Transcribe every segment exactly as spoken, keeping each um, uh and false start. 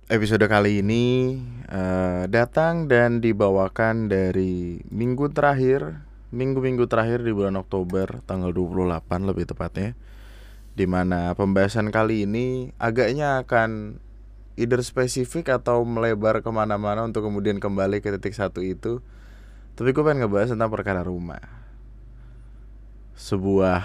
Episode kali ini uh, datang dan dibawakan dari minggu terakhir Minggu-minggu terakhir di bulan Oktober, tanggal dua puluh delapan lebih tepatnya, dimana pembahasan kali ini agaknya akan either spesifik atau melebar kemana-mana untuk kemudian kembali ke titik satu itu. Tapi gue pengen ngebahas tentang perkara rumah. Sebuah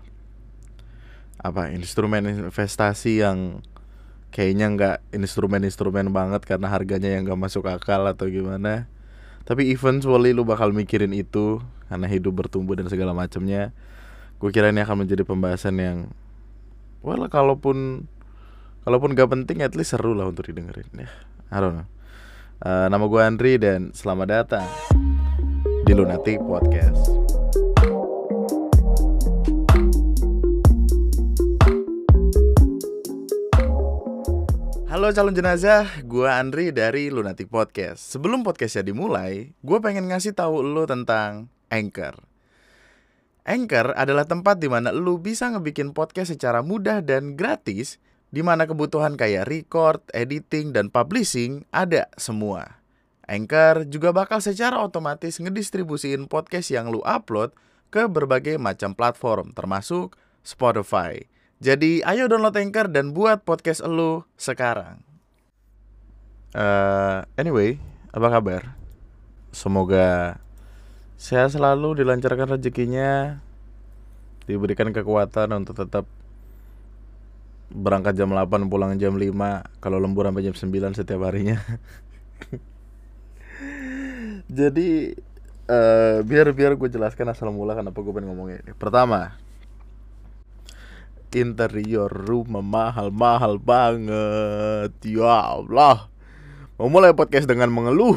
apa instrumen investasi yang kayaknya nggak instrumen-instrumen banget karena harganya yang nggak masuk akal atau gimana. Tapi eventually lu bakal mikirin itu karena hidup bertumbuh dan segala macamnya. Gue kira ini akan menjadi pembahasan yang, well, kalaupun kalaupun gak penting, at least seru lah untuk didengerin ya. I don't know. Uh, nama gue Andri dan selamat datang di Lunatic Podcast. Halo calon jenazah, gue Andri dari Lunatic Podcast. Sebelum podcastnya dimulai, gue pengen ngasih tahu lo tentang Anchor. Anchor adalah tempat di mana lo bisa ngebikin podcast secara mudah dan gratis, di mana kebutuhan kayak record, editing, dan publishing ada semua. Anchor juga bakal secara otomatis ngedistribusiin podcast yang lo upload ke berbagai macam platform, termasuk Spotify. Jadi ayo download Anchor dan buat podcast elu sekarang. uh, Anyway, apa kabar? Semoga sehat selalu, dilancarkan rezekinya, diberikan kekuatan untuk tetap berangkat jam delapan, pulang jam lima, kalau lembur sampai jam sembilan setiap harinya. Jadi uh, biar biar gue jelaskan asal mula kenapa gue pengen ngomongin ini. Pertama, interior rumah mahal-mahal banget. Ya Allah. Mau mulai podcast dengan mengeluh.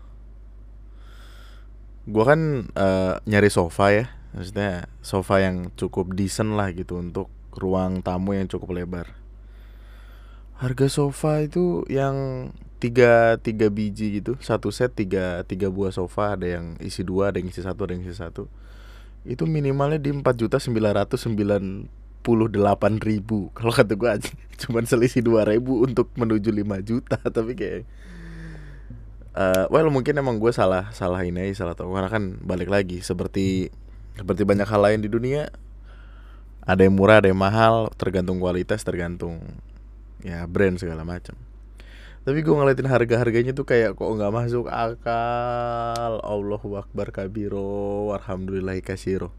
Gue kan uh, nyari sofa ya. Maksudnya sofa yang cukup decent lah gitu untuk ruang tamu yang cukup lebar. Harga sofa itu yang tiga, tiga biji gitu, satu set tiga, tiga buah sofa. Ada yang isi dua, ada yang isi satu, ada yang isi satu. Itu minimalnya di empat juta sembilan ratus sembilan puluh delapan ribu. Kalau kata gue aja cuman selisih dua ribu untuk menuju lima juta. Tapi kayak uh, well mungkin emang gue salah salah ini aja, salah tahu. Karena kan balik lagi seperti seperti banyak hal lain di dunia, ada yang murah, ada yang mahal, tergantung kualitas, tergantung ya brand segala macam. Tapi gue ngeliatin harga-harganya tuh kayak kok nggak masuk akal. Allahu Akbar kabiro, alhamdulillahi kasiro.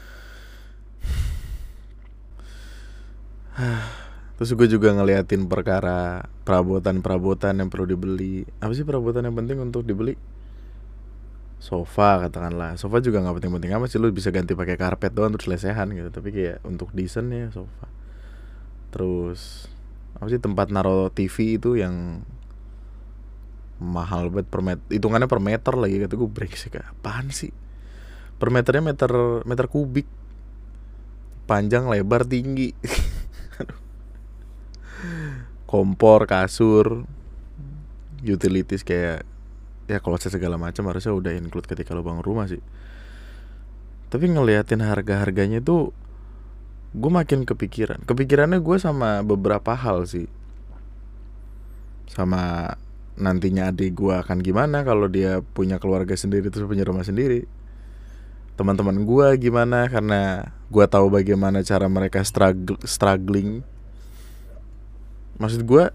Terus gue juga ngeliatin perkara perabotan-perabotan yang perlu dibeli. Apa sih perabotan yang penting untuk dibeli? Sofa katakanlah. Sofa juga gak penting-penting amat sih. Lu bisa ganti pakai karpet doang terus lesehan gitu. Tapi kayak untuk desain ya sofa. Terus apa sih tempat naro T V itu yang mahal banget per meter. Hitungannya per meter lagi. Kata gue brengsek, apaan sih? Per meternya meter meter kubik. Panjang, lebar, tinggi. Kompor, kasur, utilities kayak ya kloset segala macam harusnya udah include ketika lo bangun rumah sih. Tapi ngeliatin harga-harganya tuh gue makin kepikiran. Kepikirannya gue sama beberapa hal sih. Sama nantinya adik gue akan gimana kalau dia punya keluarga sendiri terus punya rumah sendiri. Teman-teman gue gimana karena gue tahu bagaimana cara mereka struggle, struggling. Maksud gue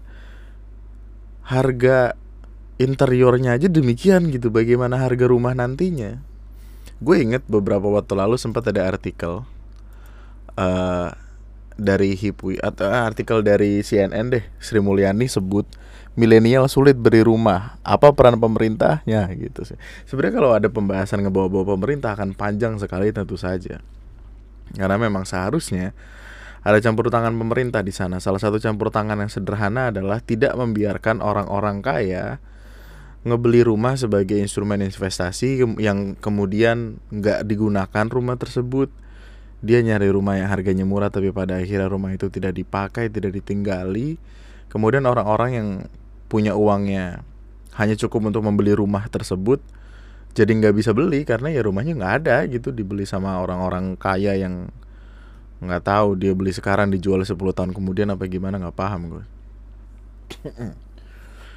harga interiornya aja demikian gitu, bagaimana harga rumah nantinya. Gue inget beberapa waktu lalu sempat ada artikel uh, dari Hipwi atau artikel dari C N N deh, Sri Mulyani sebut milenial sulit beri rumah, apa peran pemerintahnya gitu sih. Sebenarnya kalau ada pembahasan ngebawa-bawa pemerintah akan panjang sekali tentu saja. Karena memang seharusnya ada campur tangan pemerintah di sana. Salah satu campur tangan yang sederhana adalah tidak membiarkan orang-orang kaya ngebeli rumah sebagai instrumen investasi yang kemudian nggak digunakan rumah tersebut. Dia nyari rumah yang harganya murah tapi pada akhirnya rumah itu tidak dipakai, tidak ditinggali. Kemudian orang-orang yang punya uangnya hanya cukup untuk membeli rumah tersebut jadi nggak bisa beli karena ya rumahnya nggak ada gitu, dibeli sama orang-orang kaya yang nggak tahu dia beli sekarang dijual sepuluh tahun kemudian apa gimana, nggak paham gue.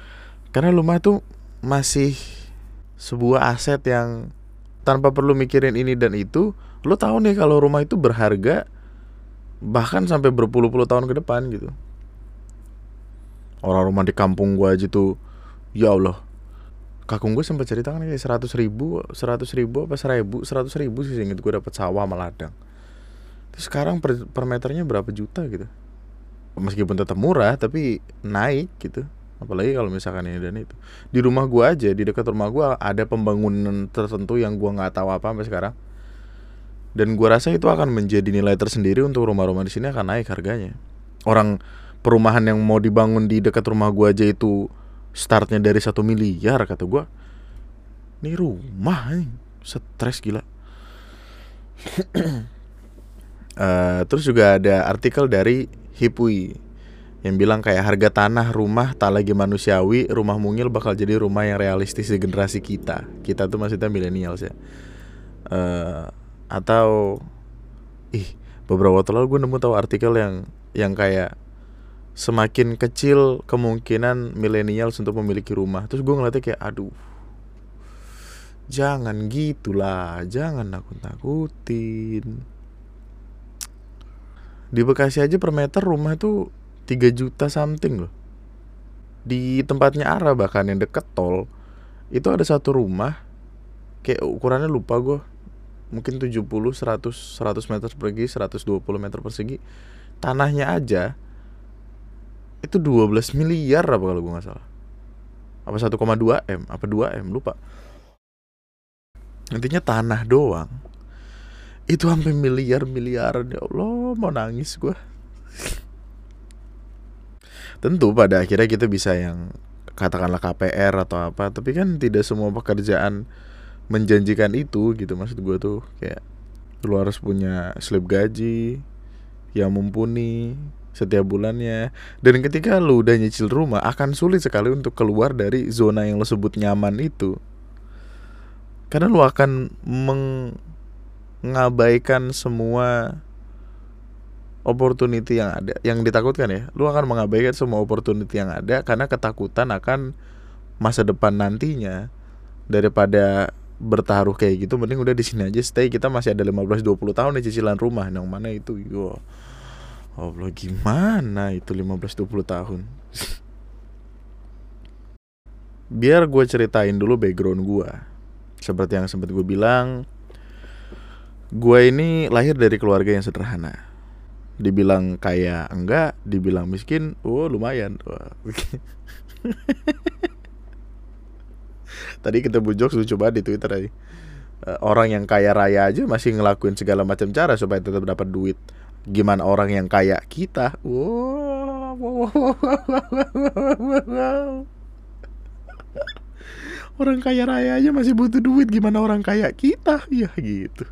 Karena rumah tuh masih sebuah aset yang tanpa perlu mikirin ini dan itu, lu tahu nih kalau rumah itu berharga bahkan sampai berpuluh-puluh tahun ke depan gitu. Orang rumah di kampung gua aja tuh, ya Allah, kakung gue sempat cerita kan kayak seratus ribu, seratus ribu apa seribu, seratus ribu sih inget gue dapet sawah sama ladang. Terus sekarang per, per meternya berapa juta gitu. Meskipun tetap murah tapi naik gitu. Apalagi kalau misalkan ini dan itu. Di rumah gue aja, di dekat rumah gue ada pembangunan tertentu yang gue nggak tahu apa sampai sekarang. Dan gue rasa itu akan menjadi nilai tersendiri untuk rumah-rumah di sini akan naik harganya. Orang perumahan yang mau dibangun di dekat rumah gue aja itu startnya dari satu miliar kata gue. Ini rumah nih, stres gila. uh, Terus juga ada artikel dari Hipui yang bilang kayak harga tanah rumah tak lagi manusiawi, rumah mungil bakal jadi rumah yang realistis di generasi kita. Kita tuh maksudnya millennials ya. Uh, atau ih beberapa waktu lalu gue nemu tahu artikel yang yang kayak semakin kecil kemungkinan millennials untuk memiliki rumah. Terus gue ngeliatnya kayak aduh, jangan gitulah, jangan nakut-nakutin. Di Bekasi aja per meter rumah tuh tiga juta something loh. Di tempatnya Ara bahkan yang deket tol itu ada satu rumah kayak ukurannya lupa gue, mungkin tujuh puluh, seratus, seratus meter persegi, seratus dua puluh meter persegi. Tanahnya aja itu dua belas miliar apa kalau gue gak salah. Apa satu koma dua M, apa dua M, lupa. Intinya tanah doang itu sampai miliar-miliaran. Ya Allah, mau nangis gue. Tentu pada akhirnya kita bisa yang katakanlah K P R atau apa, tapi kan tidak semua pekerjaan menjanjikan itu gitu. Maksud gue tuh kayak lu harus punya slip gaji yang mumpuni setiap bulannya. Dan ketika lu udah nyicil rumah, akan sulit sekali untuk keluar dari zona yang lu sebut nyaman itu. Karena lu akan mengabaikan semua opportunity yang ada. Yang ditakutkan ya, lu akan mengabaikan semua opportunity yang ada karena ketakutan akan masa depan nantinya. Daripada bertaruh kayak gitu, mending udah di sini aja stay. Kita masih ada lima belas dua puluh tahun nih cicilan rumah. Yang mana itu? Yo. Allah, gimana itu lima belas dua puluh tahun? Biar gue ceritain dulu background gue. Seperti yang sempat gue bilang, gue ini lahir dari keluarga yang sederhana. Dibilang kaya enggak, dibilang miskin, oh lumayan. Tadi kita bujok lucu banget di Twitter aja. Orang yang kaya raya aja masih ngelakuin segala macam cara supaya tetap dapat duit. Gimana orang yang kaya kita? Wow, wow, wow, wow, wow. Orang kaya raya aja masih butuh duit, gimana orang kaya kita? Ya gitu.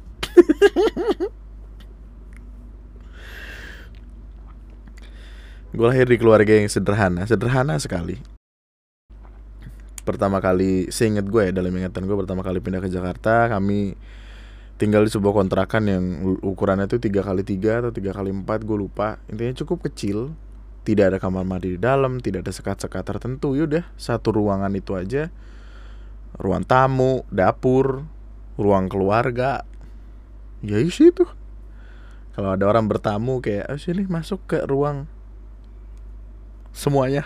Gue lahir di keluarga yang sederhana, sederhana sekali. Pertama kali, seingat gue ya, dalam ingatan gue pertama kali pindah ke Jakarta, kami tinggal di sebuah kontrakan yang ukurannya itu tiga kali tiga atau tiga kali empat, gue lupa. Intinya cukup kecil, tidak ada kamar mandi di dalam, tidak ada sekat-sekat tertentu. Yaudah, satu ruangan itu aja. Ruang tamu, dapur, ruang keluarga. Ya isi itu. Kalau ada orang bertamu kayak, oh sini masuk ke ruang semuanya.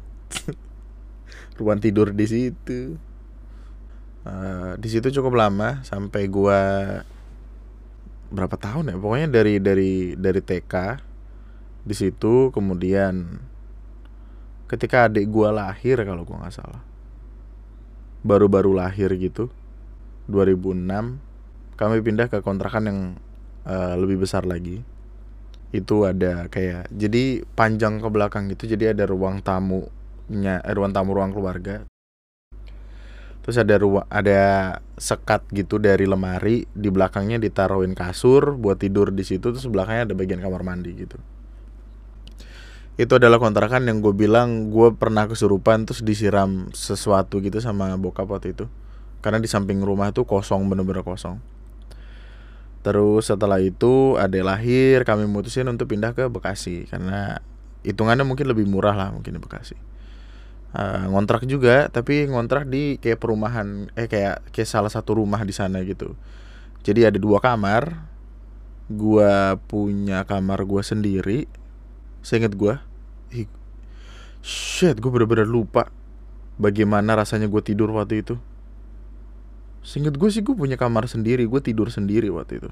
Ruang tidur di situ. Uh, di situ cukup lama sampai gua berapa tahun ya? Pokoknya dari dari dari T K di situ, kemudian ketika adik gua lahir kalau gua nggak salah, baru-baru lahir gitu, dua ribu enam kami pindah ke kontrakan yang uh, lebih besar lagi. Itu ada kayak, jadi panjang ke belakang gitu, jadi ada ruang tamunya, eh, ruang tamu ruang keluarga. Terus ada ruang, ada sekat gitu dari lemari, di belakangnya ditaruhin kasur buat tidur di situ, terus belakangnya ada bagian kamar mandi gitu. Itu adalah kontrakan yang gue bilang gue pernah kesurupan terus disiram sesuatu gitu sama bokap waktu itu. Karena di samping rumah tuh kosong, bener-bener kosong. Terus setelah itu adek lahir, kami mutusin untuk pindah ke Bekasi karena hitungannya mungkin lebih murah lah mungkin di Bekasi. uh, ngontrak juga, tapi ngontrak di kayak perumahan, eh kayak kayak salah satu rumah di sana gitu. Jadi ada dua kamar, gua punya kamar gua sendiri. Seinget gua, ih, shit, gue bener-bener lupa bagaimana rasanya gue tidur waktu itu. Seinget gue sih gue punya kamar sendiri, gue tidur sendiri waktu itu.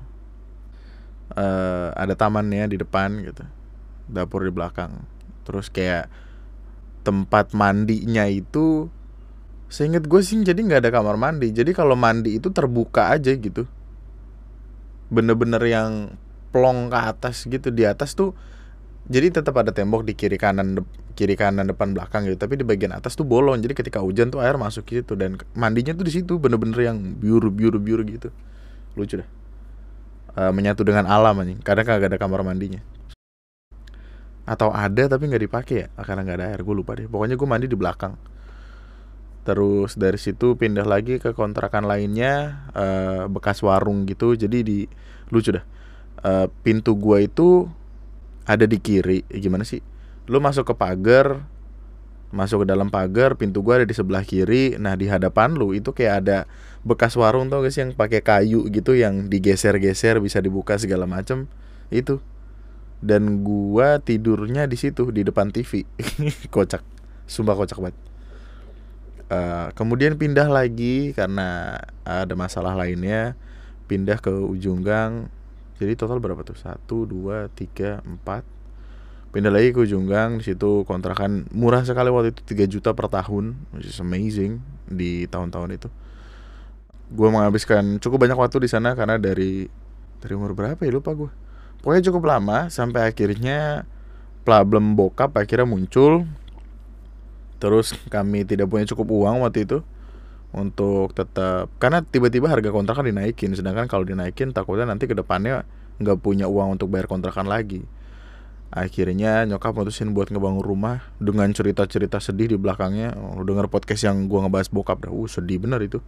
Uh, ada tamannya di depan gitu, dapur di belakang, terus kayak tempat mandinya itu, seinget gue sih jadi nggak ada kamar mandi. Jadi kalau mandi itu terbuka aja gitu, bener-bener yang plong ke atas gitu. Di atas tuh jadi tetap ada tembok di kiri kanan de- kiri kanan depan belakang gitu, tapi di bagian atas tuh bolong. Jadi ketika hujan tuh air masuk gitu, dan mandinya tuh di situ bener-bener yang biru biru biru gitu. Lucu dah. Uh, menyatu dengan alam anjing. Kadang kagak ada kamar mandinya. Atau ada tapi nggak dipakai ya, karena nggak ada air. Gue lupa deh. Pokoknya gue mandi di belakang. Terus dari situ pindah lagi ke kontrakan lainnya, uh, bekas warung gitu. Jadi di lucu dah. Uh, pintu gue itu ada di kiri. Eh, gimana sih? Lu masuk ke pagar, masuk ke dalam pagar, pintu gua ada di sebelah kiri. Nah, di hadapan lu itu kayak ada bekas warung, tau gak sih, yang pakai kayu gitu, yang digeser-geser bisa dibuka segala macem itu. Dan gua tidurnya di situ di depan T V. Kocak. Sumpah kocak banget. Uh, kemudian pindah lagi karena ada masalah lainnya, pindah ke ujung gang. Jadi total berapa tuh? Satu, dua, tiga, empat. Pindah lagi ke ujung gang, di situ kontrakan murah sekali waktu itu, tiga juta per tahun, which is amazing di tahun-tahun itu. Gue menghabiskan cukup banyak waktu di sana karena dari dari umur berapa ya lupa gue. Pokoknya cukup lama sampai akhirnya problem bokap akhirnya muncul. Terus kami tidak punya cukup uang waktu itu untuk tetap, karena tiba-tiba harga kontrakan dinaikin, sedangkan kalau dinaikin takutnya nanti ke depannya nggak punya uang untuk bayar kontrakan lagi. Akhirnya nyokap mutusin buat ngebangun rumah dengan cerita-cerita sedih di belakangnya. Oh, denger podcast yang gua ngebahas bokap dah, uh sedih bener itu.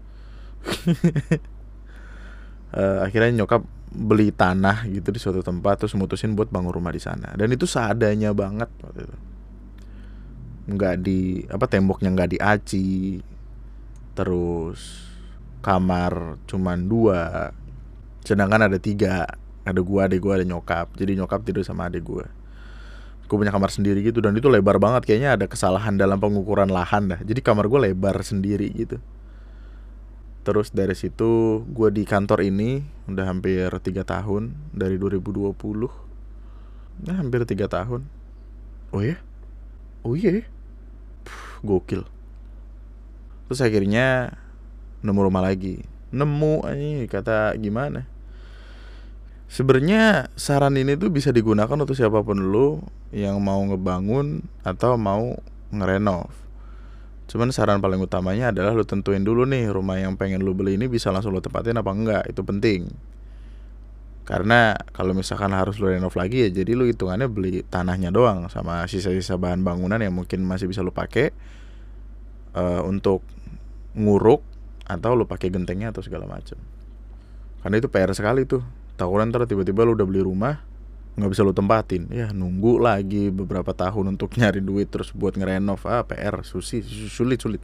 uh, Akhirnya nyokap beli tanah gitu di suatu tempat, terus mutusin buat bangun rumah di sana. Dan itu seadanya banget waktu itu. Nggak di apa, temboknya nggak diaci, terus kamar cuman dua, sedangkan ada tiga. Ada gua, adik gua, ada nyokap. Jadi nyokap tidur sama adik gua. Gue punya kamar sendiri gitu, dan itu lebar banget. Kayaknya ada kesalahan dalam pengukuran lahan dah. Jadi kamar gue lebar sendiri gitu. Terus dari situ gue di kantor ini udah hampir tiga tahun, dari dua ribu dua puluh. Nah, hampir tiga tahun. Oh ya? Oh iya. Puh, gokil. Terus akhirnya nemu rumah lagi. Nemu aja kata gimana? Sebenarnya saran ini tuh bisa digunakan untuk siapapun lu yang mau ngebangun atau mau ngerenov. Cuman saran paling utamanya adalah lu tentuin dulu nih, rumah yang pengen lu beli ini bisa langsung lu tempatin apa enggak. Itu penting. Karena kalau misalkan harus lu renov lagi ya, jadi lu hitungannya beli tanahnya doang sama sisa-sisa bahan bangunan yang mungkin masih bisa lu pakai uh, untuk nguruk, atau lu pakai gentengnya atau segala macam. Karena itu P R sekali tuh. Takutnya ntar tiba-tiba lu udah beli rumah nggak bisa lu tempatin, ya nunggu lagi beberapa tahun untuk nyari duit terus buat ngerenov. Ah, P R susi sulit sulit.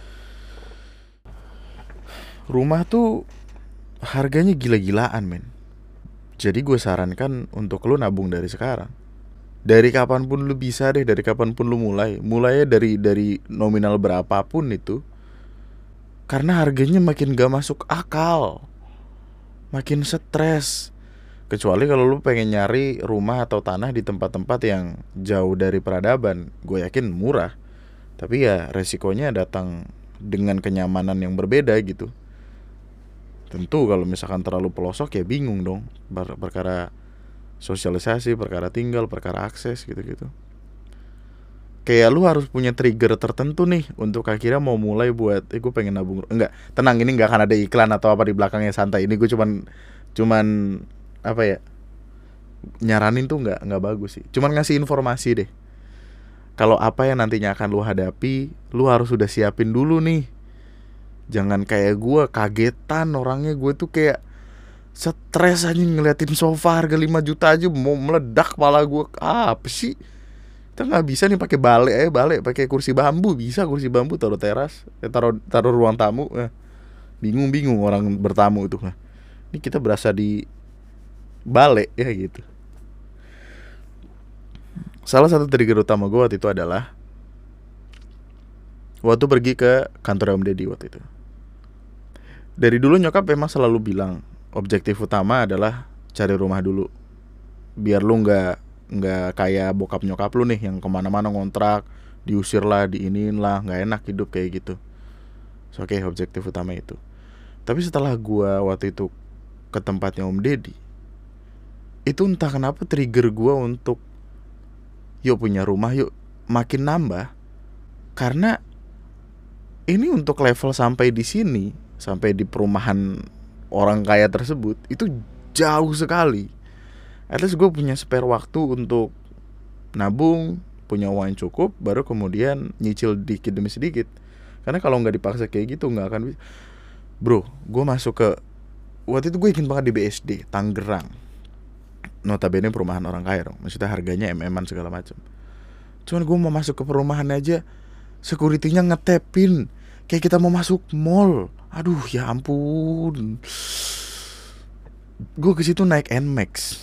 Rumah tuh harganya gila-gilaan men. Jadi gue sarankan untuk lu nabung dari sekarang. Dari kapanpun lu bisa deh, dari kapanpun lu mulai. Mulainya dari dari nominal berapapun itu. Karena harganya makin gak masuk akal, makin stres. Kecuali kalau lu pengen nyari rumah atau tanah di tempat-tempat yang jauh dari peradaban, gue yakin murah. Tapi ya resikonya datang dengan kenyamanan yang berbeda gitu. Tentu kalau misalkan terlalu pelosok ya bingung dong, perkara sosialisasi, perkara tinggal, perkara akses gitu-gitu. Kayak lu harus punya trigger tertentu nih untuk akhirnya mau mulai buat eh gue pengen nabung. Enggak, tenang, ini enggak akan ada iklan atau apa di belakangnya, santai. Ini gue cuman cuman apa ya, nyaranin tuh nggak nggak bagus sih, cuman ngasih informasi deh. Kalau apa yang nantinya akan lu hadapi, lu harus sudah siapin dulu nih. Jangan kayak gue kagetan orangnya. Gue tuh kayak stres aja ngeliatin sofa harga lima juta aja mau meledak kepala gue. Ah, apa sih, Kita nggak bisa nih pakai balik aja, balik pakai kursi bambu, bisa kursi bambu taruh teras, eh, taruh taruh ruang tamu. Nah, bingung-bingung orang bertamu itu. Nah, ini kita berasa di balik ya gitu. Salah satu trigger utama gue waktu itu adalah waktu pergi ke kantor Om Deddy waktu itu. Dari dulu nyokap memang selalu bilang objektif utama adalah cari rumah dulu, biar lu nggak nggak kayak bokap nyokap lu nih yang kemana-mana ngontrak, diusir lah, diinin lah, nggak enak hidup kayak gitu. So, oke, okay, objektif utama itu. Tapi setelah gua waktu itu ke tempatnya Om Deddy, itu entah kenapa trigger gua untuk yuk punya rumah yuk makin nambah. Karena ini untuk level sampai di sini, sampai di perumahan orang kaya tersebut, itu jauh sekali. At least gue punya spare waktu untuk nabung, punya uang yang cukup, baru kemudian nyicil dikit demi sedikit. Karena kalau nggak dipaksa kayak gitu nggak akan bisa. Bro, gue masuk ke waktu itu gue ingin banget di B S D Tangerang. Notabene perumahan orang kaya dong, maksudnya harganya em-eman segala macam. Cuman gue mau masuk ke perumahan aja, security-nya ngetepin kayak kita mau masuk mall. Aduh ya ampun. Gue ke situ naik Nmax.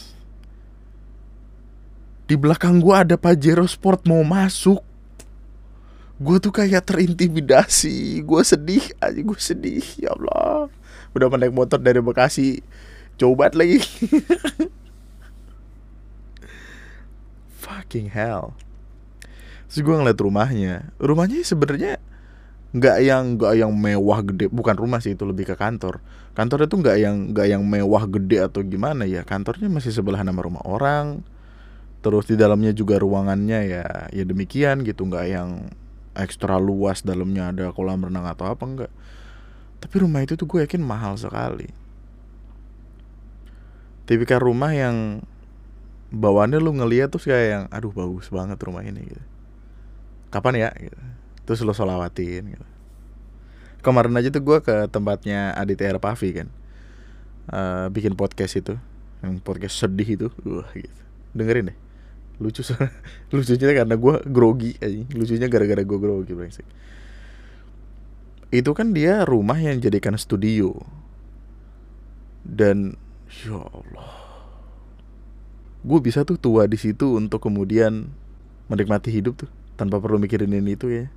Di belakang gue ada Pajero Sport mau masuk. Gue tuh kayak terintimidasi. Gue sedih aja, gue sedih. Ya Allah. Udah naik motor dari Bekasi, coba lagi. Fucking hell. Terus gue ngeliat rumahnya. Rumahnya sebenarnya nggak yang nggak yang mewah gede. Bukan rumah sih, itu lebih ke kantor. Kantornya tuh nggak yang nggak yang mewah gede atau gimana ya. Kantornya masih sebelahan sama rumah orang. Terus di dalamnya juga ruangannya ya ya demikian gitu, nggak yang ekstra luas, dalamnya ada kolam renang atau apa, enggak. Tapi rumah itu tuh gue yakin mahal sekali. Tipikal rumah yang bawaannya lu ngeliat tuh kayak yang aduh bagus banget rumah ini gitu. Kapan ya gitu. Terus lo solawatin gitu. Kemarin aja tuh gue ke tempatnya Aditya Erpavi kan, uh, bikin podcast itu, yang podcast sedih itu, wah gitu. Dengerin deh. Lucu soalnya. Lucunya karena gue grogi aja. Lucunya gara-gara gue grogi brengsek. Itu kan dia rumah yang jadikan studio. Dan ya Allah, gue bisa tuh tua di situ untuk kemudian menikmati hidup tuh tanpa perlu mikirin ini itu ya.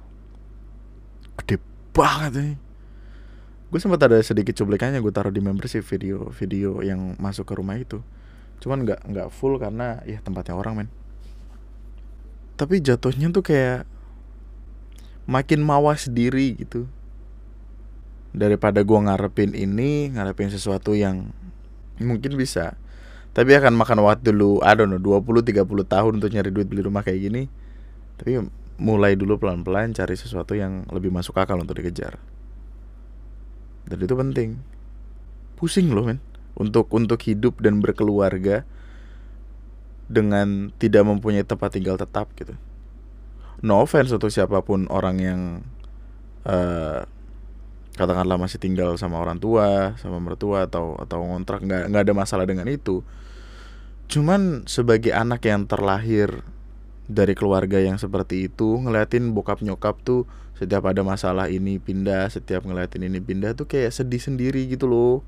Gede banget nih. Gue sempat ada sedikit cuplikannya, gue taruh di membership video-video yang masuk ke rumah itu. Cuman nggak nggak full karena ya tempatnya orang men. Tapi jatuhnya tuh kayak makin mawas diri gitu. Daripada gue ngarepin ini, ngarepin sesuatu yang mungkin bisa, tapi akan makan waktu dulu, I don't know, dua puluh tiga puluh tahun untuk nyari duit beli rumah kayak gini. Tapi mulai dulu pelan-pelan cari sesuatu yang lebih masuk akal untuk dikejar. Dan itu penting. Pusing loh men. Untuk untuk hidup dan berkeluarga dengan tidak mempunyai tempat tinggal tetap gitu. No offense untuk siapapun orang yang uh, katakanlah masih tinggal sama orang tua, sama mertua atau atau ngontrak, nggak nggak ada masalah dengan itu. Cuman sebagai anak yang terlahir dari keluarga yang seperti itu, ngeliatin bokap nyokap tuh setiap ada masalah ini pindah, setiap ngeliatin ini pindah tuh kayak sedih sendiri gitu loh.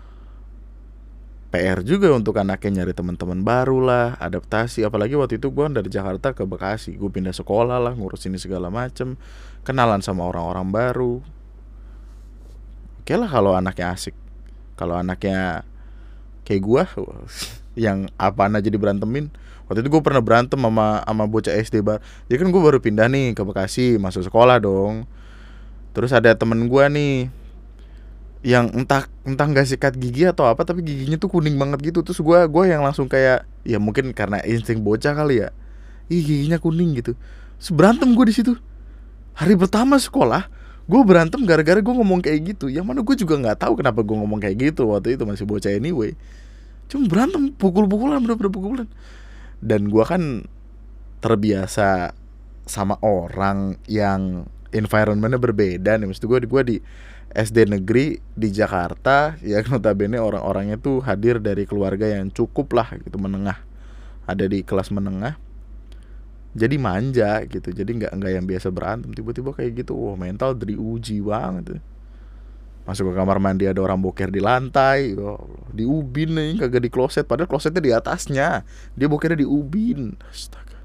P R juga untuk anaknya nyari teman-teman baru lah, adaptasi. Apalagi waktu itu gue dari Jakarta ke Bekasi, gue pindah sekolah lah, ngurus ini segala macem, kenalan sama orang-orang baru. Oke lah kalau anaknya asik. Kalau anaknya kayak gue yang apaan aja diberantemin. Waktu itu gue pernah berantem sama sama bocah S D bar. Jadi kan gue baru pindah nih ke Bekasi, masuk sekolah dong. Terus ada temen gue nih yang entah entah nggak sikat gigi atau apa, tapi giginya tuh kuning banget gitu. Terus gue gue yang langsung kayak ya mungkin karena insting bocah kali ya, ih giginya kuning gitu. Terus berantem gue di situ. Hari pertama sekolah gue berantem gara-gara gue ngomong kayak gitu. Yang mana gue juga nggak tahu kenapa gue ngomong kayak gitu, waktu itu masih bocah anyway. Cuma berantem, pukul-pukulan, bener-bener pukulan. Dan gue kan terbiasa sama orang yang environmentnya berbeda nih. Maksud gue gue di S D negeri di Jakarta, ya notabene orang-orangnya tuh hadir dari keluarga yang cukup lah gitu, menengah, ada di kelas menengah. Jadi manja gitu. Jadi nggak nggak yang biasa berantem, tiba-tiba kayak gitu. Wah, mental diuji banget. Masuk ke kamar mandi ada orang boker di lantai, oh, di ubin nih, kagak di kloset, padahal klosetnya di atasnya, dia bokernya di ubin. Astaga.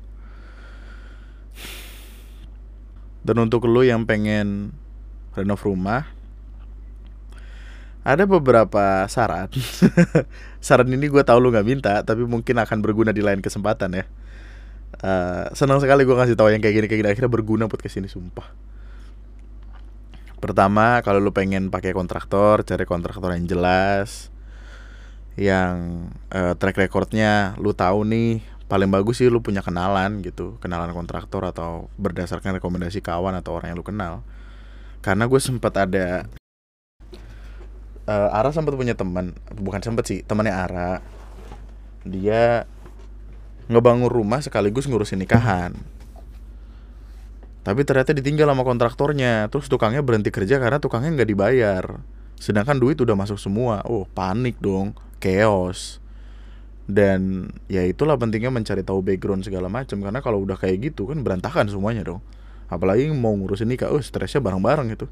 Dan untuk lo yang pengen renov rumah, ada beberapa saran. Saran ini gue tahu lo nggak minta, tapi mungkin akan berguna di lain kesempatan ya. Uh, senang sekali gue ngasih tahu yang kayak gini kayak gini, akhirnya berguna buat kesini, sumpah. Pertama, kalau lu pengen pakai kontraktor, cari kontraktor yang jelas, yang uh, track recordnya lu tahu nih. Paling bagus sih lu punya kenalan gitu, kenalan kontraktor atau berdasarkan rekomendasi kawan atau orang yang lu kenal. Karena gue sempat ada uh, Ara sempat punya teman, bukan sempat sih, temannya Ara. Dia ngebangun rumah sekaligus ngurusin nikahan. Tapi ternyata ditinggal sama kontraktornya. Terus tukangnya berhenti kerja karena tukangnya gak dibayar. Sedangkan duit udah masuk semua. Oh, panik dong, chaos. Dan ya itulah pentingnya mencari tahu background segala macam. Karena kalau udah kayak gitu kan berantakan semuanya dong. Apalagi mau ngurusin nikah, oh stresnya bareng-bareng gitu.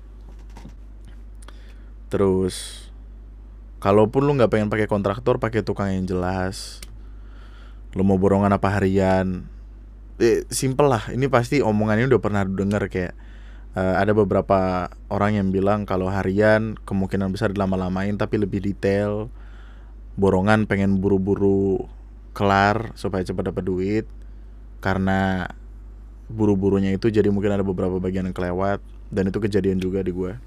Terus kalaupun lu gak pengen pakai kontraktor, pakai tukang yang jelas. Lu mau borongan apa harian, Eh, simple lah, ini pasti omongannya udah pernah denger kayak uh, ada beberapa orang yang bilang kalau harian kemungkinan besar dilama-lamain tapi lebih detail. Borongan pengen buru-buru kelar supaya cepat dapat duit. Karena buru-burunya itu jadi mungkin ada beberapa bagian yang kelewat. Dan itu kejadian juga di gue.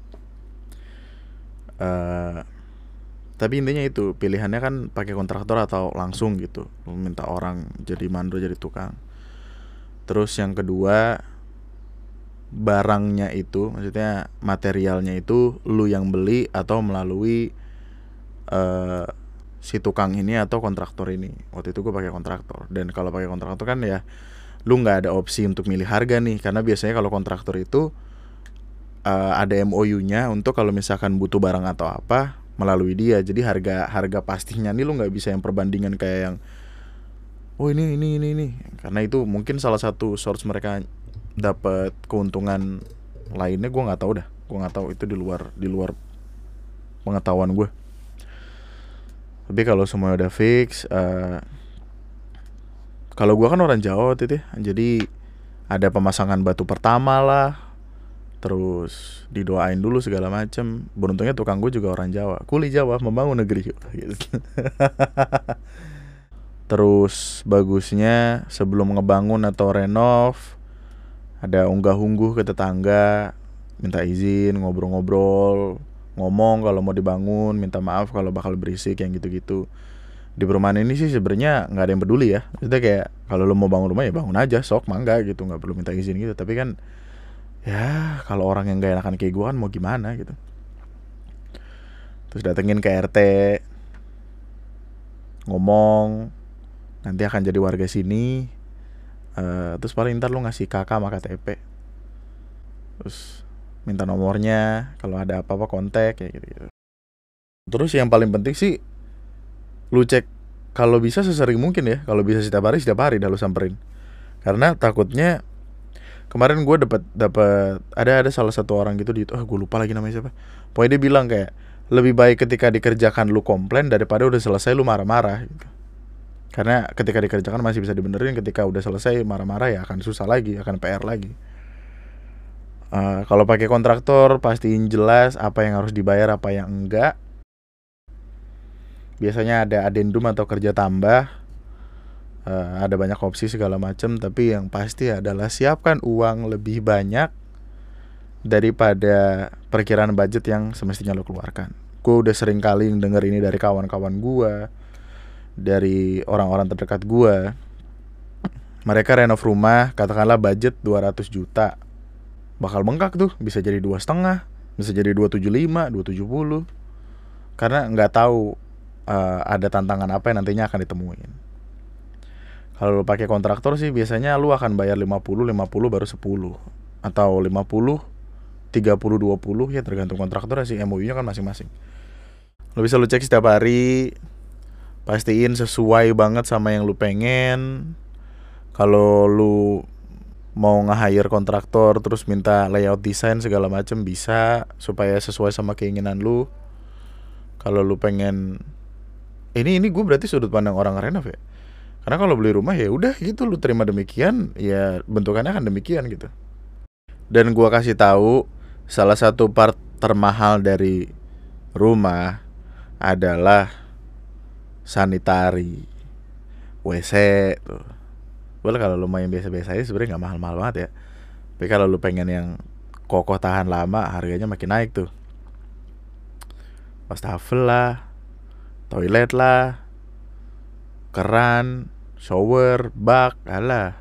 Uh, tapi intinya itu pilihannya kan pakai kontraktor atau langsung gitu. Lu minta orang jadi mandor, jadi tukang. Terus yang kedua, barangnya itu, maksudnya materialnya itu lu yang beli atau melalui uh, si tukang ini atau kontraktor ini. Waktu itu gue pakai kontraktor. Dan kalau pakai kontraktor kan ya lu nggak ada opsi untuk milih harga nih, karena biasanya kalau kontraktor itu uh, ada M O U-nya untuk kalau misalkan butuh barang atau apa melalui dia. Jadi harga harga pastinya nih lu nggak bisa yang perbandingan kayak yang oh ini ini ini ini, karena itu mungkin salah satu source mereka dapat keuntungan lainnya, gue nggak tahu dah, gue nggak tahu itu di luar di luar pengetahuan gue. Tapi kalau semua udah fix, uh, kalau gue kan orang Jawa waktu itu, jadi ada pemasangan batu pertama lah, terus didoain dulu segala macem. Beruntungnya tukang gue juga orang Jawa, kuli Jawa membangun negeri gitu. Terus bagusnya sebelum ngebangun atau renov ada unggah-ungguh ke tetangga, minta izin, ngobrol-ngobrol, ngomong kalau mau dibangun, minta maaf kalau bakal berisik, yang gitu-gitu. Di perumahan ini sih sebenarnya nggak ada yang peduli ya. Maksudnya kayak kalau lo mau bangun rumah ya bangun aja, sok mangga gitu, nggak perlu minta izin gitu. Tapi kan ya kalau orang yang nggak enakan kayak gue kan mau gimana gitu. Terus datengin ke R T, ngomong nanti akan jadi warga sini, uh, terus paling ntar lu ngasih K K sama K T P, terus minta nomornya, kalau ada apa-apa kontak kayak gitu-gitu. Terus yang paling penting sih lu cek kalau bisa sesering mungkin ya, kalau bisa setiap hari setiap hari dah lu samperin. Karena takutnya kemarin gue dapat dapat ada ada salah satu orang gitu di itu, ah gue lupa lagi namanya siapa. Pokoknya dia bilang kayak lebih baik ketika dikerjakan lu komplain daripada udah selesai lu marah-marah gitu. Karena ketika dikerjakan masih bisa dibenerin, ketika udah selesai marah-marah ya akan susah lagi, akan P R lagi. Uh, kalau pakai kontraktor pastiin jelas apa yang harus dibayar, apa yang enggak. Biasanya ada adendum atau kerja tambah, uh, ada banyak opsi segala macam. Tapi yang pasti adalah siapkan uang lebih banyak daripada perkiraan budget yang semestinya lo keluarkan. Gue udah sering kali denger ini dari kawan-kawan gue, dari orang-orang terdekat gue. Mereka renov rumah, katakanlah budget dua ratus juta, bakal bengkak tuh, bisa jadi dua setengah, bisa jadi dua tujuh lima, dua tujuh puluh, karena nggak tahu uh, ada tantangan apa yang nantinya akan ditemuin. Kalau lo pakai kontraktor sih biasanya lu akan bayar lima puluh lima puluh baru sepuluh, atau lima puluh tiga puluh dua puluh, ya tergantung kontraktor sih, M O U-nya kan masing-masing. Lo bisa lu cek setiap hari, pastiin sesuai banget sama yang lu pengen. Kalau lu mau nge-hire kontraktor terus minta layout desain segala macem bisa supaya sesuai sama keinginan lu. Kalau lu pengen ini ini gue berarti sudut pandang orang renov ya. Karena kalau beli rumah ya udah gitu, lu terima demikian, ya bentukannya kan demikian gitu. Dan gua kasih tahu salah satu part termahal dari rumah adalah sanitari, W C tuh. Boleh kalau lu main biasa-biasa aja sebenarnya nggak mahal-mahal banget ya. Tapi kalau lu pengen yang kokoh tahan lama, harganya makin naik tuh. Wastafel lah, toilet lah, keran, shower, bak, alah.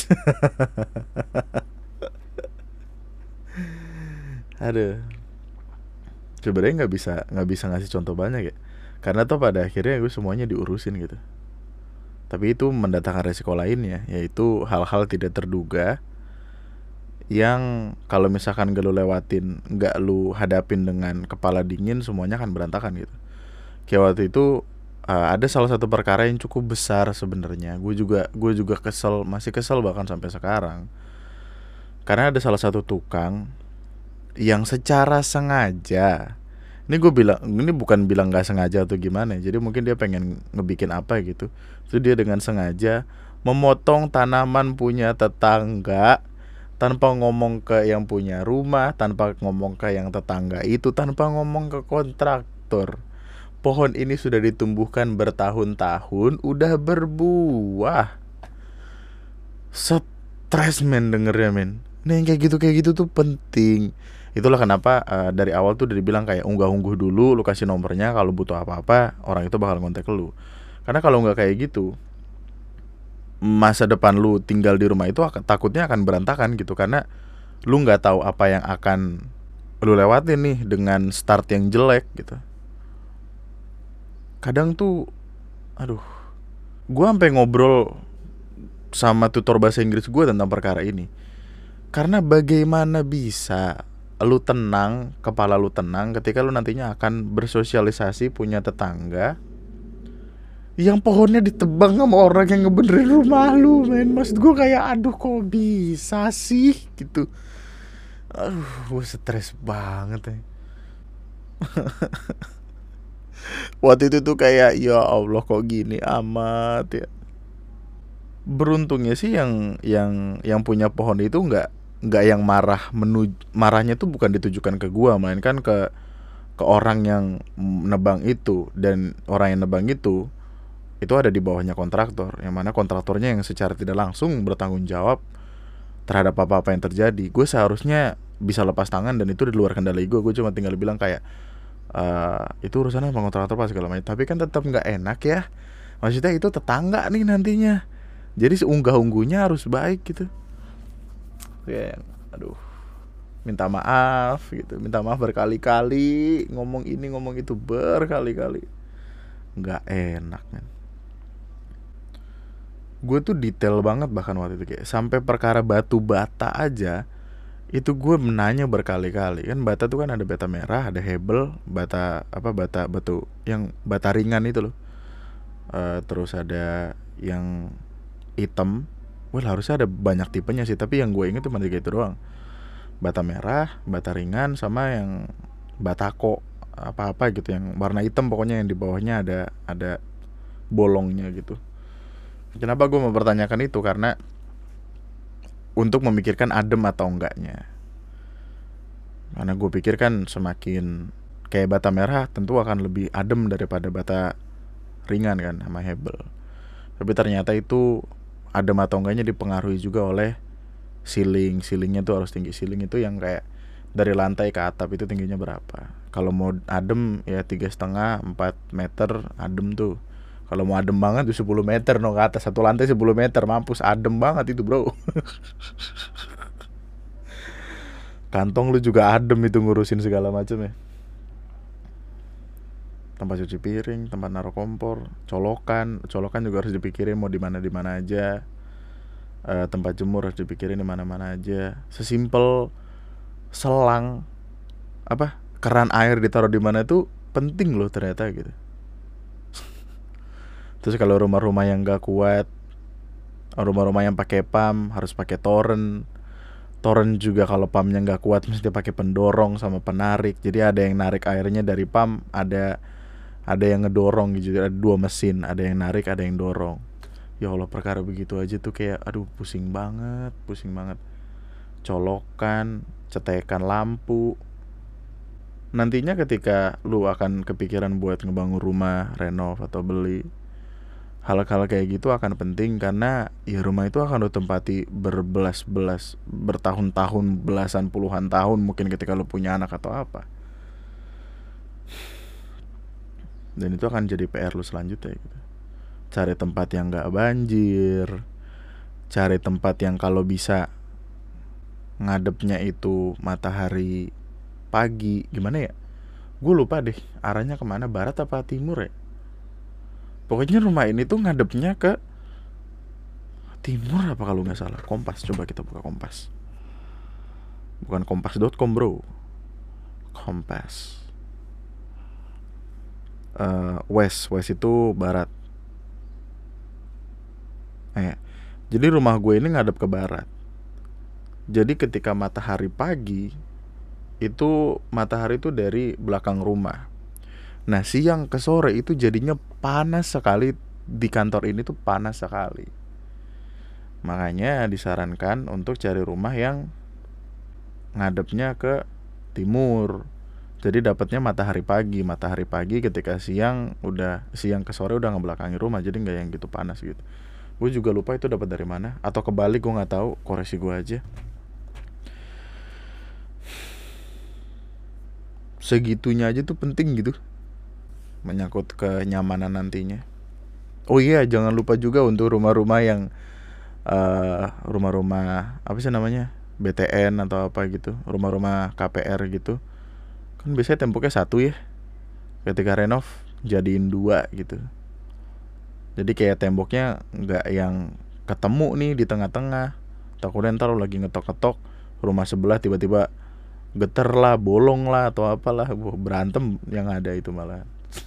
Aduh. Sebenarnya nggak bisa nggak bisa ngasih contoh banyak ya. Karena tuh pada akhirnya gue semuanya diurusin gitu. Tapi itu mendatangkan resiko lainnya, yaitu hal-hal tidak terduga yang kalau misalkan gak lu lewatin, gak lu hadapin dengan kepala dingin, semuanya akan berantakan gitu. Kayak waktu itu uh, ada salah satu perkara yang cukup besar sebenarnya. Gue juga gue juga kesel, masih kesel bahkan sampai sekarang. Karena ada salah satu tukang yang secara sengaja, ini gue bilang, ini bukan bilang gak sengaja atau gimana, jadi mungkin dia pengen ngebikin apa gitu. Itu dia dengan sengaja memotong tanaman punya tetangga tanpa ngomong ke yang punya rumah, tanpa ngomong ke yang tetangga itu, tanpa ngomong ke kontraktor. Pohon ini sudah ditumbuhkan bertahun-tahun, udah berbuah. Stres men dengernya men. Nah yang kayak gitu kayak gitu tuh penting. Itulah kenapa uh, dari awal tuh udah dibilang kayak unggah-ungguh dulu, lu kasih nomornya, kalau butuh apa-apa orang itu bakal kontak lu. Karena kalau nggak kayak gitu, masa depan lu tinggal di rumah itu akan, takutnya akan berantakan gitu. Karena lu nggak tahu apa yang akan lu lewatin nih dengan start yang jelek gitu. Kadang tuh, aduh, gua sampai ngobrol sama tutor bahasa Inggris gue tentang perkara ini. Karena bagaimana bisa lu tenang, kepala lu tenang ketika lu nantinya akan bersosialisasi punya tetangga yang pohonnya ditebang sama orang yang ngebenerin rumah lu, men. Maksud gue kayak aduh kok bisa sih gitu. Aduh, gue stres banget ya. Waktu itu tuh kayak ya Allah kok gini amat ya. Beruntungnya sih yang yang yang punya pohon itu nggak nggak yang marah, menuju marahnya tuh bukan ditujukan ke gua, melainkan ke ke orang yang nebang itu. Dan orang yang nebang itu itu ada di bawahnya kontraktor, yang mana kontraktornya yang secara tidak langsung bertanggung jawab terhadap apa-apa yang terjadi. Gue seharusnya bisa lepas tangan dan itu di luar kendali gue. Gue cuma tinggal bilang kayak uh, itu urusannya sama kontraktor pas segala macam. Tapi kan tetap nggak enak ya, maksudnya itu tetangga nih nantinya, jadi seunggah-ungguhnya harus baik gitu. Ya, aduh, minta maaf gitu, minta maaf berkali-kali, ngomong ini ngomong itu berkali-kali, nggak enak kan. Gue tuh detail banget bahkan waktu itu kayak sampai perkara batu bata aja itu gue menanya berkali-kali. Kan bata tuh kan ada bata merah, ada hebel, bata apa bata batu yang bata ringan itu loh. Uh, terus ada yang hitam. Well harusnya ada banyak tipenya sih, tapi yang gue inget cuma tiga itu doang. Bata merah, bata ringan, sama yang batako apa-apa gitu yang warna hitam, pokoknya yang di bawahnya ada ada bolongnya gitu. Kenapa gue mempertanyakan itu? Karena untuk memikirkan adem atau enggaknya. Karena gue pikir kan semakin kayak bata merah tentu akan lebih adem daripada bata ringan kan sama hebel. Tapi ternyata itu adem atau enggaknya dipengaruhi juga oleh ceiling. Ceilingnya tuh harus tinggi. Ceiling itu yang kayak dari lantai ke atap itu tingginya berapa. Kalau mau adem ya tiga setengah empat meter adem tuh. Kalau mau adem banget tuh sepuluh meter no ke atas. Satu lantai sepuluh meter, mampus adem banget itu bro. Kantong lu juga adem itu ngurusin segala macam ya. Tempat cuci piring, tempat naruh kompor, colokan, colokan juga harus dipikirin mau di mana di mana aja. E, tempat jemur harus dipikirin di mana-mana aja. Sesimpel selang apa keran air ditaruh di mana itu penting loh ternyata gitu. Terus kalau rumah-rumah yang gak kuat Rumah-rumah yang pakai pump harus pakai torrent. Torrent juga kalau pumpnya nggak kuat mesti pakai pendorong sama penarik. Jadi ada yang narik airnya dari pump, ada ada yang ngedorong gitu. Ada dua mesin, ada yang narik, ada yang dorong. Ya Allah, perkara begitu aja tuh kayak aduh pusing banget, pusing banget. Colokan, cetekan lampu. Nantinya ketika lu akan kepikiran buat ngebangun rumah, renov atau beli, hal-hal kayak gitu akan penting karena ya rumah itu akan lu tempati berbelas-belas, bertahun-tahun, belasan puluhan tahun mungkin ketika lu punya anak atau apa. Dan itu akan jadi P R lu selanjutnya gitu. Cari tempat yang gak banjir, cari tempat yang kalau bisa ngadepnya itu matahari pagi. Gimana ya, gue lupa deh arahnya kemana, barat apa timur ya. Pokoknya rumah ini tuh ngadepnya ke timur apa kalau gak salah. Kompas, coba kita buka Kompas. Bukan kompas dot com bro, Kompas. uh, West, West itu barat. Eh, jadi rumah gue ini ngadep ke barat. Jadi ketika matahari pagi, itu matahari itu dari belakang rumah. Nah siang ke sore itu jadinya panas sekali. Di kantor ini tuh panas sekali. Makanya disarankan untuk cari rumah yang ngadepnya ke timur. Jadi dapatnya matahari pagi. Matahari pagi ketika siang udah siang ke sore udah ngebelakangi rumah. Jadi nggak yang gitu panas gitu. Gue juga lupa itu dapat dari mana atau kebalik, gue nggak tahu. Koreksi gue aja. Segitunya aja tuh penting gitu, menyangkut kenyamanan nantinya. Oh iya, jangan lupa juga untuk rumah-rumah yang uh, rumah-rumah apa sih namanya, B T N atau apa gitu, rumah-rumah K P R gitu. Kan biasanya temboknya satu ya, ketika renov jadiin dua gitu. Jadi kayak temboknya nggak yang ketemu nih di tengah-tengah. Takutnya ntar lo lagi ngetok-ngetok rumah sebelah tiba-tiba geter lah, bolong lah atau apalah, berantem yang ada itu malah.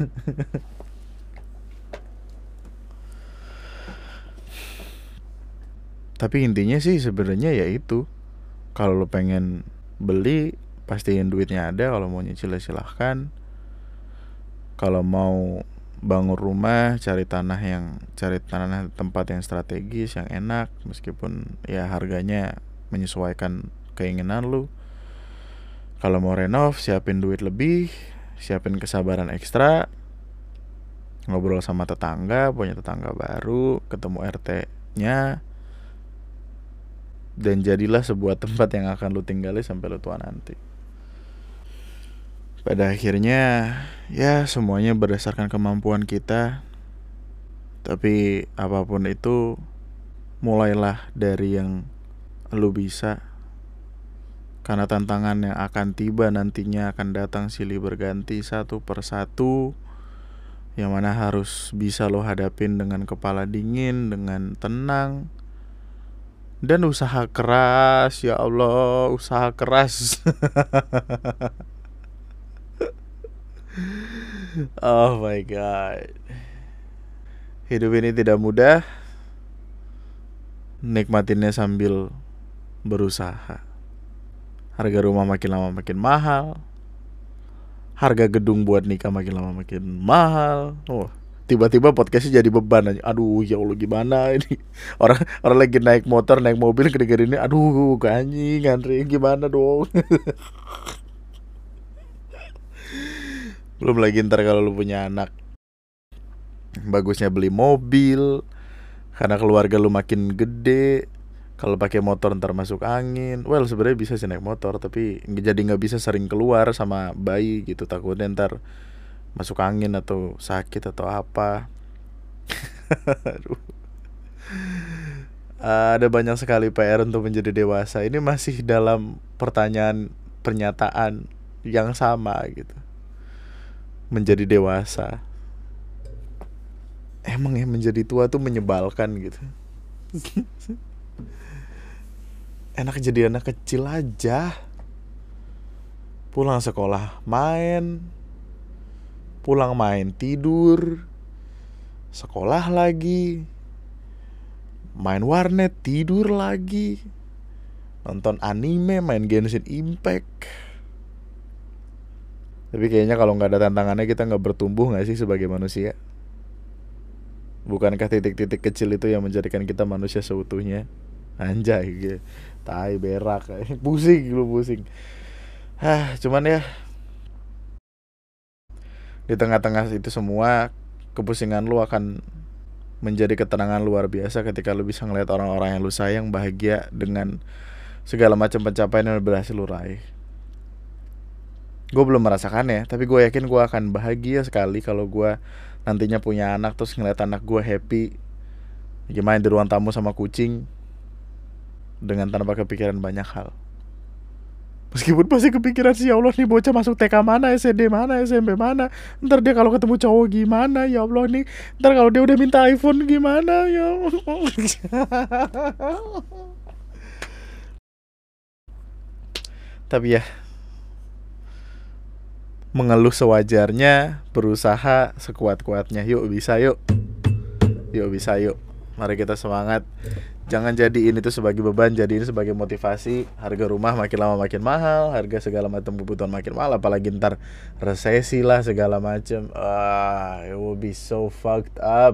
Tapi intinya sih sebenarnya ya itu, kalau lo pengen beli pastiin duitnya ada, kalau mau nyicil silahkan. Kalau mau bangun rumah cari tanah yang cari tanah tempat yang strategis, yang enak, meskipun ya harganya menyesuaikan keinginan lu. Kalau mau renov siapin duit lebih, siapin kesabaran ekstra, ngobrol sama tetangga, punya tetangga baru, ketemu R T-nya, dan jadilah sebuah tempat yang akan lu tinggali sampai lu tua nanti. Pada akhirnya ya semuanya berdasarkan kemampuan kita. Tapi apapun itu, mulailah dari yang lu bisa. Karena tantangan yang akan tiba nantinya akan datang silih berganti satu persatu, yang mana harus bisa lo hadapin dengan kepala dingin, dengan tenang, dan usaha keras. Ya Allah, usaha keras. Oh my god. Hidup ini tidak mudah, nikmatinnya sambil berusaha. Harga rumah makin lama makin mahal, harga gedung buat nikah makin lama makin mahal. Oh, tiba-tiba podcastnya jadi beban aja. Aduh ya Allah, gimana ini. Orang orang lagi naik motor, naik mobil gede-gede ini. Aduh anjing, ngantri gimana dong. Belum lagi ntar kalau lu punya anak, bagusnya beli mobil karena keluarga lu makin gede. Kalau pakai motor ntar masuk angin. Well sebenarnya bisa sih naik motor, tapi jadi nggak bisa sering keluar sama bayi gitu, takutnya ntar masuk angin atau sakit atau apa. Aduh. Ada banyak sekali P R untuk menjadi dewasa. Ini masih dalam pertanyaan pernyataan yang sama gitu. Menjadi dewasa, emang ya menjadi tua tuh menyebalkan gitu. Enak jadi anak kecil aja. Pulang sekolah main, pulang main tidur, sekolah lagi, main warnet, tidur lagi, nonton anime, main Genshin Impact. Tapi kayaknya kalau nggak ada tantangannya kita nggak bertumbuh nggak sih sebagai manusia? Bukankah titik-titik kecil itu yang menjadikan kita manusia seutuhnya? Anjay gitu. Tai berak. Pusing lu pusing. Hah, cuman ya di tengah-tengah itu semua, kepusingan lu akan menjadi ketenangan luar biasa ketika lu bisa ngeliat orang-orang yang lu sayang bahagia dengan segala macam pencapaian yang berhasil lu raih. Gue belum merasakannya, tapi gue yakin gue akan bahagia sekali kalau gue nantinya punya anak, terus ngeliat anak gue happy lagi main di ruang tamu sama kucing dengan tanpa kepikiran banyak hal. Meskipun pasti kepikiran sih, ya Allah nih bocah masuk T K mana, S D mana, S M P mana, ntar dia kalau ketemu cowok gimana, ya Allah nih, ntar kalau dia udah minta iPhone gimana, ya Allah. Tapi ya, mengeluh sewajarnya, berusaha sekuat-kuatnya. Yuk bisa yuk, yuk bisa yuk. Mari kita semangat. Jangan jadiin itu sebagai beban, jadiin sebagai motivasi. Harga rumah makin lama makin mahal, harga segala macam kebutuhan makin mahal, apalagi ntar resesi lah segala macam. Ah, it will be so fucked up.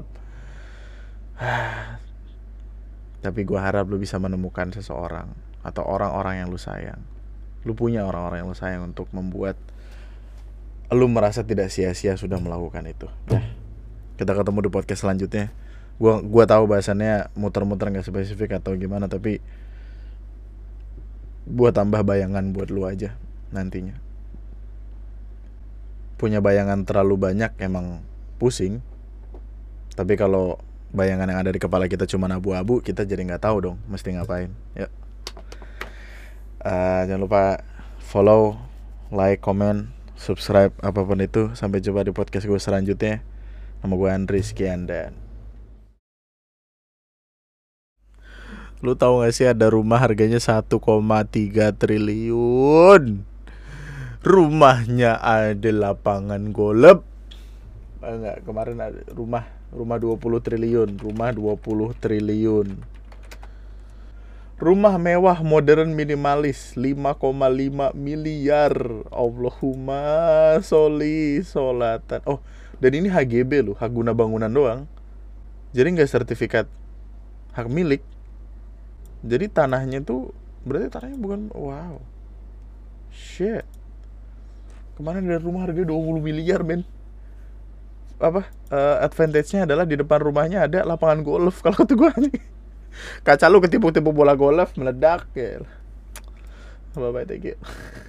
Tapi gue harap lu bisa menemukan seseorang atau orang-orang yang lu sayang. Lu punya orang-orang yang lu sayang untuk membuat lu merasa tidak sia-sia sudah melakukan itu. Nah, kita ketemu di podcast selanjutnya. Gua gua tahu bahasannya muter-muter nggak spesifik atau gimana, tapi buat tambah bayangan buat lu aja nantinya. Punya bayangan terlalu banyak emang pusing. Tapi kalau bayangan yang ada di kepala kita cuma abu-abu, kita jadi nggak tahu dong mesti ngapain. Ya. Uh, jangan lupa follow, like, comment, subscribe, apapun itu. Sampai jumpa di podcast gue selanjutnya. Nama gue Andri, sekian dan lu tahu gak sih ada rumah harganya satu koma tiga triliun. Rumahnya ada lapangan golf. Enggak, kemarin ada rumah rumah dua puluh triliun, rumah dua puluh triliun. Rumah mewah modern minimalis lima koma lima miliar. Allahumma sholli sholatan. Oh, dan ini H G B loh, hak guna bangunan doang. Jadi enggak sertifikat hak milik. Jadi tanahnya tuh berarti tanahnya bukan, wow, shit. Kemarin ada rumah harga dua puluh miliar men. Apa uh, advantage-nya adalah di depan rumahnya ada lapangan golf. Kalau kata gue nih, kaca lu ketipu-tipu bola golf meledak ya. Bye bye, thank you.